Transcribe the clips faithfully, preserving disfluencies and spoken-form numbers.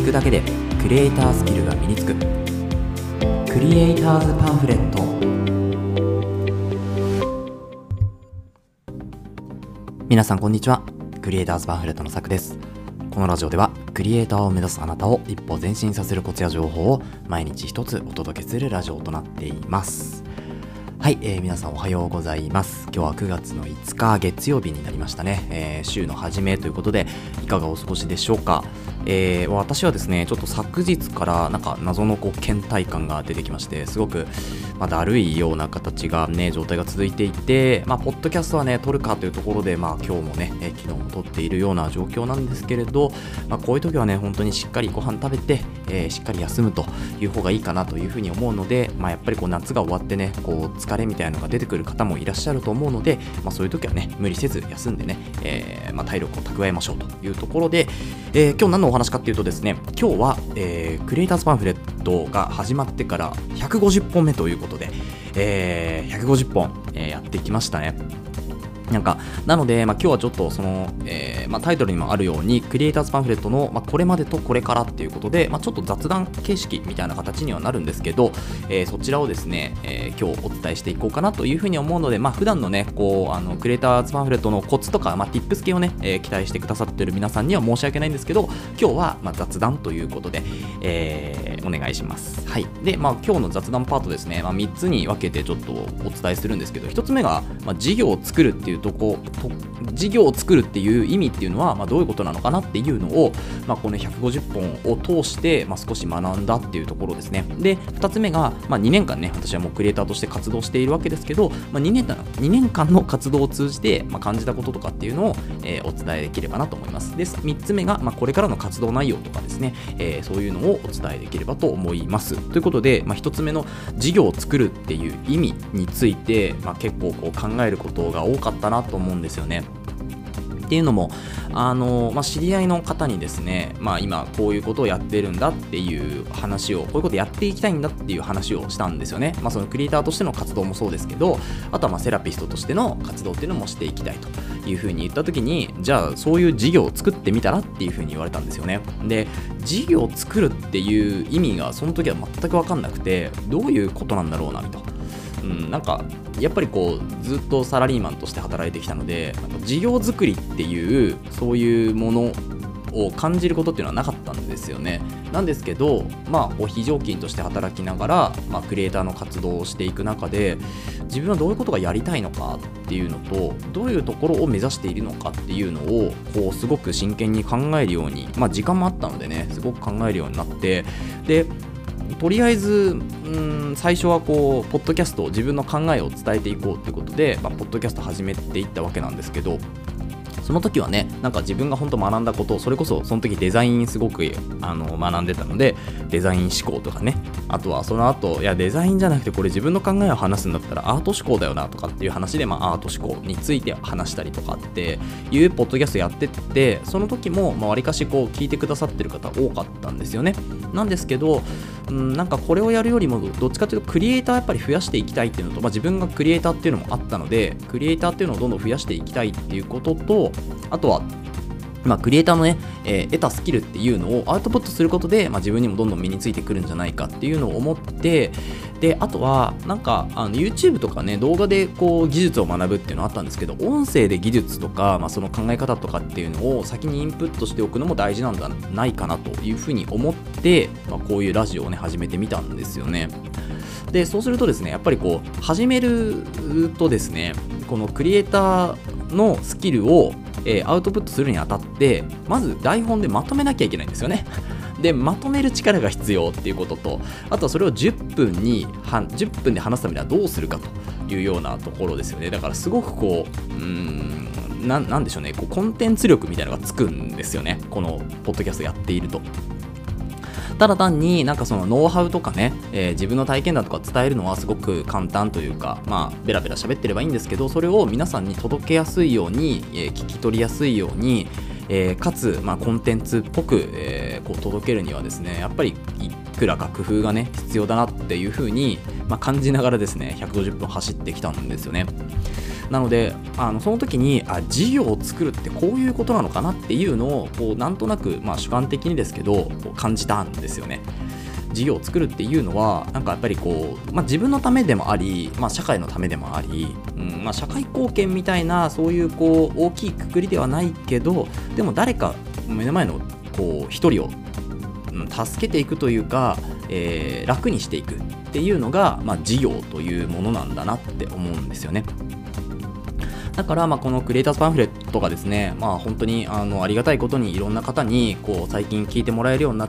くだけでクリエイタースキルが身につくクリエイターズパンフレット。皆さんこんにちは。クリエイターズパンフレットのさくです。このラジオではクリエイターを目指すあなたを一歩前進させるコツや情報を毎日一つお届けするラジオとなっています。はい、えー、皆さんおはようございます。今日はくがつのいつか月曜日になりましたね、えー、週の初めということでいかがお過ごしでしょうか。えー、私はですねちょっと昨日からなんか謎のこう倦怠感が出てきまして、すごくまだるいような形がね状態が続いていて、まあポッドキャストはね撮るかというところで、まあ今日もね、えー、昨日も撮っているような状況なんですけれど、まあこういう時はね本当にしっかりご飯食べて、えー、しっかり休むという方がいいかなというふうに思うので、まあやっぱりこう夏が終わってねこう疲れみたいなのが出てくる方もいらっしゃると思うので、まあそういう時はね無理せず休んでね、えー、まあ体力を蓄えましょうというところで、えー、今日何のお話かっていうとですね、今日は、えー、クリエイターズパンフレットが始まってからひゃくごじゅっぽんめということで、えー、ひゃくごじゅっぽん、えー、やってきましたね。なんかなので、まあ、今日はちょっとその、えーまあ、タイトルにもあるようにクリエイターズパンフレットの、まあ、これまでとこれからっていうことで、まあ、ちょっと雑談形式みたいな形にはなるんですけど、えー、そちらをですね、えー、今日お伝えしていこうかなというふうに思うので、まあ、普段のねこうあのクリエイターズパンフレットのコツとか、まあ、tips 系をね、えー、期待してくださっている皆さんには申し訳ないんですけど、今日は、まあ、雑談ということで、えー、お願いします。はい。で、まあ、今日の雑談パートですね、まあ、みっつに分けてちょっとお伝えするんですけど、ひとつめが、まあ、事業を作るっていうとこと事業を作るっていう意味っていうのは、まあ、どういうことなのかなっていうのを、まあ、このひゃくごじゅっぽんを通して、まあ、少し学んだっていうところですね。で、ふたつめが、まあ、にねんかんね、私はもうクリエイターとして活動しているわけですけど、まあ、2, 年にねんかんの活動を通じて、まあ、感じたこととかっていうのを、えー、お伝えできればなと思います。で、みっつめが、まあ、これからの活動内容とかですね、えー、そういうのをお伝えできればと思います。ということで、まあ、ひとつめの事業を作るっていう意味について、まあ、結構こう考えることが多かったなと思うんですよね。っていうのも、あのまあ、知り合いの方にですね、まあ、今こういうことをやってるんだっていう話を、こういうことやっていきたいんだっていう話をしたんですよね。まあ、そのクリエイターとしての活動もそうですけど、あとはまあセラピストとしての活動っていうのもしていきたいというふうに言った時に、じゃあそういう事業を作ってみたらっていうふうに言われたんですよね。で、事業を作るっていう意味がその時は全く分かんなくて、どういうことなんだろうなと。うん、なんかやっぱりこうずっとサラリーマンとして働いてきたので、事業作りっていうそういうものを感じることっていうのはなかったんですよね。なんですけど、まあ非常勤として働きながら、まあ、クリエイターの活動をしていく中で、自分はどういうことがやりたいのかっていうのと、どういうところを目指しているのかっていうのをこうすごく真剣に考えるように、まあ時間もあったのでね、すごく考えるようになって、でとりあえずうん最初はこうポッドキャスト、自分の考えを伝えていこうということで、まあ、ポッドキャスト始めていったわけなんですけど、その時はね、なんか自分が本当学んだこと、それこそその時デザインすごくあの学んでたので、デザイン思考とかね、あとはその後、いやデザインじゃなくてこれ自分の考えを話すんだったらアート思考だよなとかっていう話で、まあアート思考について話したりとかっていうポッドキャストやってって、その時もまあ割かしこう聞いてくださってる方多かったんですよね。なんですけど、うん、なんかこれをやるよりもどっちかというとクリエイターやっぱり増やしていきたいっていうのと、まあ、自分がクリエイターっていうのもあったので、クリエイターっていうのをどんどん増やしていきたいっていうことと、あとはまあ、クリエイターのね、えー、得たスキルっていうのをアウトプットすることで、まあ、自分にもどんどん身についてくるんじゃないかっていうのを思って、であとはなんかあの YouTube とかね動画でこう技術を学ぶっていうのはあったんですけど、音声で技術とか、まあ、その考え方とかっていうのを先にインプットしておくのも大事なんじゃないかなというふうに思って、まあ、こういうラジオをね始めてみたんですよね。でそうするとですね、やっぱりこう始めるとですね、このクリエイターのスキルをえー、アウトプットするにあたって、まず台本でまとめなきゃいけないんですよね。でまとめる力が必要っていうことと、あとはそれをじゅっぷんにじゅっぷんで話すためにはどうするかというようなところですよね。だからすごくこううーん な, なんでしょうね、こうコンテンツ力みたいなのがつくんですよね、このポッドキャストやっていると。ただ単になんかそのノウハウとかね、えー、自分の体験談とか伝えるのはすごく簡単というか、まあベラベラ喋ってればいいんですけど、それを皆さんに届けやすいように、えー、聞き取りやすいように、えー、かつ、まあ、コンテンツっぽく、えー、こう届けるにはですね、やっぱりいくらか工夫がね必要だなっていう風に、まあ、感じながらですねひゃくごじゅっぷん走ってきたんですよね。 なのであのその時にあ事業を作るってこういうことなのかなっていうのをこうなんとなく、まあ、主観的にですけどこう感じたんですよね。事業を作るっていうのはなんかやっぱりこう、まあ、自分のためでもあり、まあ、社会のためでもあり、うんまあ、社会貢献みたいなそういうこう大きいくくりではないけど、でも誰か目の前のこう一人を助けていくというか、えー、楽にしていくっていうのが、まあ、事業というものなんだなって思うんですよね。だからまあこのクリエイターズパンフレットがですね、まあ本当にあのありがたいことにいろんな方にこう最近聞いてもらえるようになって、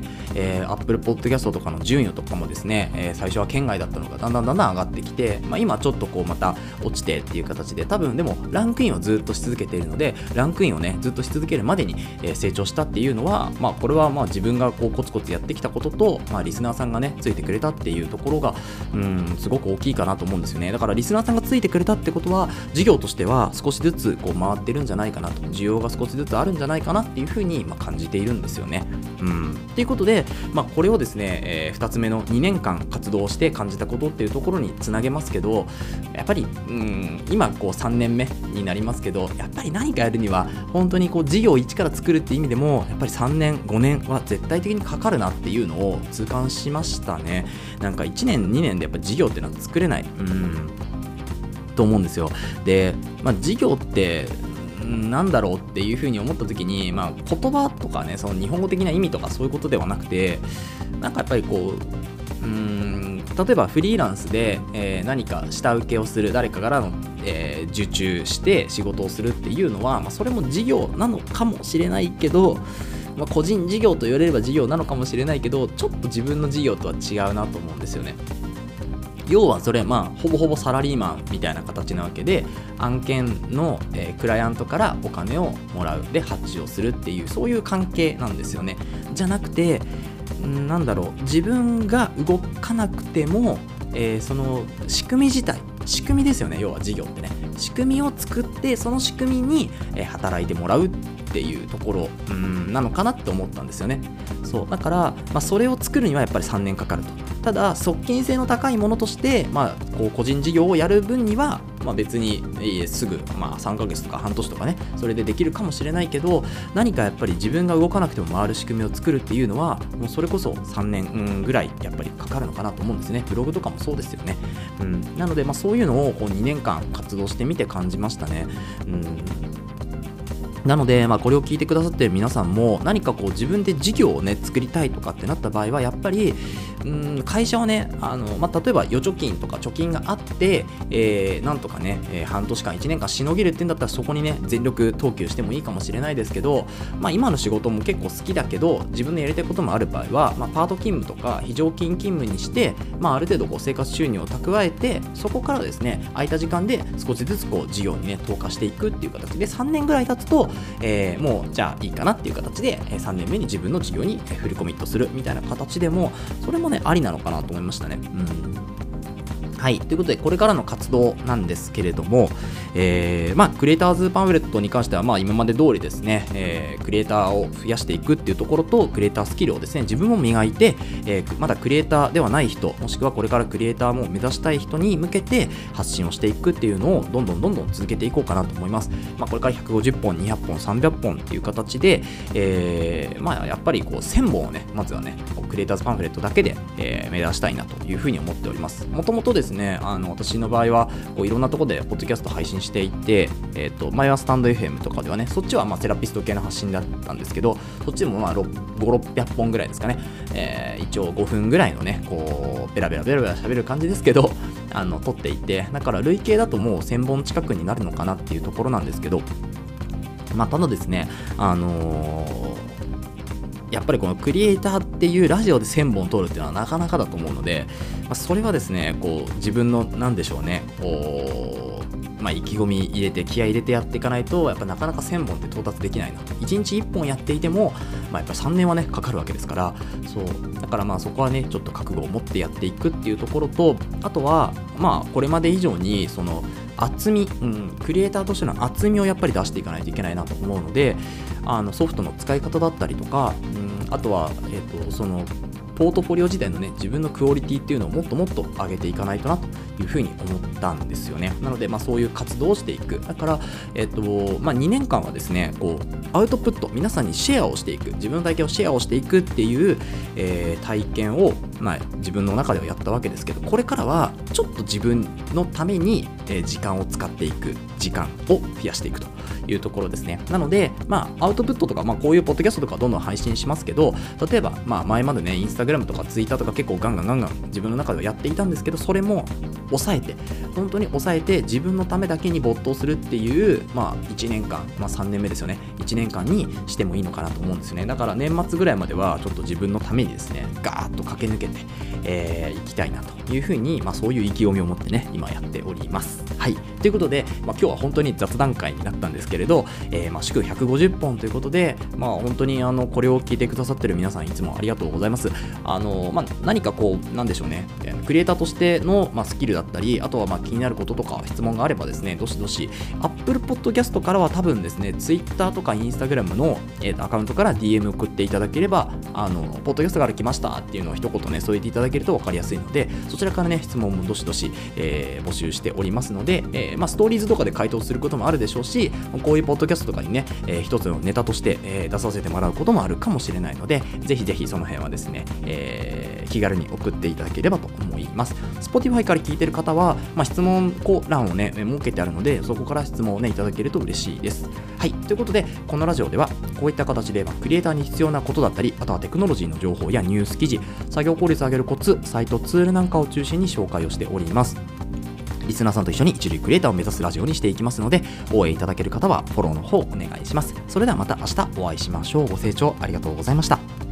えー、Apple Podcast とかの順位とかもですね、えー、最初は圏外だったのがだんだんだんだん上がってきて、まあ、今ちょっとこうまた落ちてっていう形で、多分でもランクインをずっとし続けているので、ランクインをねずっとし続けるまでに、えー、成長したっていうのは、まあこれはまあ自分がこうコツコツやってきたことと、まあリスナーさんがねついてくれたっていうところがうんすごく大きいかなと思うんですよね。だからリスナーさんがついてくれたってことは事業としては少しずつこう回ってるんじゃないかなと、需要が少しずつあるんじゃないかなっていうふうにまあ感じているんですよね。うんということで、まあ、これをですね、えー、ふたつめのにねんかん活動して感じたことっていうところにつなげますけど、やっぱりうん今こうさんねんめになりますけど、やっぱり何かやるには本当にこう事業を一から作るっていう意味でもやっぱりさんねんごねんは絶対的にかかるなっていうのを痛感しましたね。なんかいちねんにねんでやっぱ事業っていうのは作れない。うんと思うんですよ。で、まあ、事業ってなんだろうっていうふうに思った時に、まあ、言葉とかね、その日本語的な意味とかそういうことではなくて、なんかやっぱりこう、うーん例えばフリーランスで、えー、何か下請けをする、誰かからの、えー、受注して仕事をするっていうのは、まあ、それも事業なのかもしれないけど、まあ、個人事業と言われれば事業なのかもしれないけど、ちょっと自分の事業とは違うなと思うんですよね。要はそれ、まあほぼほぼサラリーマンみたいな形なわけで、案件の、えー、クライアントからお金をもらうで発注をするっていう、そういう関係なんですよね。じゃなくて、んなんだろう、自分が動かなくても、えー、その仕組み自体、仕組みですよね。要は事業ってね、仕組みを作ってその仕組みに、えー、働いてもらうっていうところうんなのかなって思ったんですよね。そうだから、まあ、それを作るにはやっぱりさんねんかかると。ただ側近性の高いものとして、まあ、こう個人事業をやる分には、まあ、別に、えー、すぐ、まあ、さんかげつとか半年とかね、それでできるかもしれないけど、何かやっぱり自分が動かなくても回る仕組みを作るっていうのはもうそれこそさんねんぐらいやっぱりかかるのかなと思うんですね。ブログとかもそうですよね。うん、なので、まあ、そういうのをこうにねんかん活動してみて感じましたね。うんなので、まあ、これを聞いてくださっている皆さんも何かこう自分で事業をね作りたいとかってなった場合は、やっぱりうん会社をねあの、まあ、例えば預貯金とか貯金があって、えー、なんとかね、えー、半年間いちねんかんしのげるっていうんだったら、そこにね全力投球してもいいかもしれないですけど、まあ、今の仕事も結構好きだけど自分のやりたいこともある場合は、まあ、パート勤務とか非常勤勤務にして、まあ、ある程度こう生活収入を蓄えて、そこからですね空いた時間で少しずつこう事業にね投下していくっていう形で、さんねんぐらい経つとえー、もうじゃあいいかなっていう形でさんねんめに自分の事業にフルコミットするみたいな形でも、それもねありなのかなと思いましたね。うんはい、ということでこれからの活動なんですけれども、えーまあ、クリエイターズパンフレットに関しては、まあ、今まで通りですね、えー、クリエイターを増やしていくっていうところと、クリエイタースキルをですね自分も磨いて、えー、まだクリエイターではない人、もしくはこれからクリエイターも目指したい人に向けて発信をしていくっていうのをどんどんどんどん続けていこうかなと思います。まあ、これからひゃくごじゅっぽん、にひゃっぽん、さんびゃっぽんっていう形で、えーまあ、やっぱりこうせんぼんをねまずはねクリエイターズパンフレットだけで、えー、目指したいなというふうに思っております。もともとですね、あの私の場合はこういろんなところでポッドキャスト配信していて、えー、と前はスタンド エフエム とかではね、そっちはまあセラピスト系の発信だったんですけど、そっちでもまあごひゃく、ろっぴゃっぽんぐらいですかね、えー、一応ごふんぐらいのねこうベラベラベラベラ喋る感じですけど、あの撮っていて、だから累計だともうせんぼん近くになるのかなっていうところなんですけど、まあただですね、あのーやっぱりこのクリエイターっていうラジオでせんぼん撮るっていうのはなかなかだと思うので、まあ、それはですねこう自分のなんでしょうねこう、まあ、意気込み入れて気合い入れてやっていかないと、やっぱなかなかせんぼんって到達できないなと。いちにちいっぽんやっていても、まあ、やっぱさんねんはねかかるわけですから、そうだからまあそこはねちょっと覚悟を持ってやっていくっていうところと、あとはまあこれまで以上にその厚み、うん、クリエイターとしての厚みをやっぱり出していかないといけないなと思うので、あのソフトの使い方だったりとか、うん、あとは、えーと、そのポートフォリオ自体のね自分のクオリティっていうのをもっともっと上げていかないとなというふうに思ったんですよね。なのでまあそういう活動をしていく。だからえっとまあにねんかんはですねこうアウトプット、皆さんにシェアをしていく、自分の体験をシェアをしていくっていう、えー、体験を、まあ、自分の中ではやったわけですけど、これからはちょっと自分のために、えー、時間を使っていく時間を増やしていくというところですね。なので、まあ、アウトプットとか、まあ、こういうポッドキャストとかどんどん配信しますけど、例えば、まあ、前までねインスタグラムとかツイッターとか結構ガンガンガンガン自分の中ではやっていたんですけど、それも抑えて本当に抑えて自分のためだけに没頭するっていう、まあ、いちねんかん、まあ、さんねんめですよね、いちねんかんにしてもいいのかなと思うんですよね。だから年末ぐらいまではちょっと自分のためにですねガーッと駆け抜けて、えー、いきたいなというふうに、まあ、そういう意気込みを持ってね今やっております。はい、ということで、まあ、今日は本当に雑談会になったんですけれど、えー、まあ祝ひゃくごじゅっぽんということで、まあ、本当にあのこれを聞いてくださってる皆さんいつもありがとうございます。あの、まあ、何かこうなんでしょうね、クリエイターとしての、まあ、スキルだったり、あとはまあ気になることとか質問があればですね、どしどし Apple Podcast からは多分ですね Twitter とか Instagram の、えー、アカウントから ディーエム 送っていただければ、あのポッドキャストから来ましたっていうのを一言ね添えていただけると分かりやすいので、そちらからね質問もどしどし、えー、募集しておりますので、えーまあ、ストーリーズとかで回答することもあるでしょうし、こういうポッドキャストとかにね、えー、一つのネタとして、えー、出させてもらうこともあるかもしれないので、ぜひぜひその辺はですね、えー、気軽に送っていただければと思います。 Spotify から聞いてる方は、まあ、質問欄をね設けてあるので、そこから質問をねいただけると嬉しいです。はい、ということでこのラジオではこういった形で、まあ、クリエイターに必要なことだったり、あとはテクノロジーの情報やニュース記事、作業効率を上げるコツ、サイトツールなんかを中心に紹介をしております。リスナーさんと一緒に一流クリエイターを目指すラジオにしていきますので、応援いただける方はフォローの方お願いします。それではまた明日お会いしましょう。ご清聴ありがとうございました。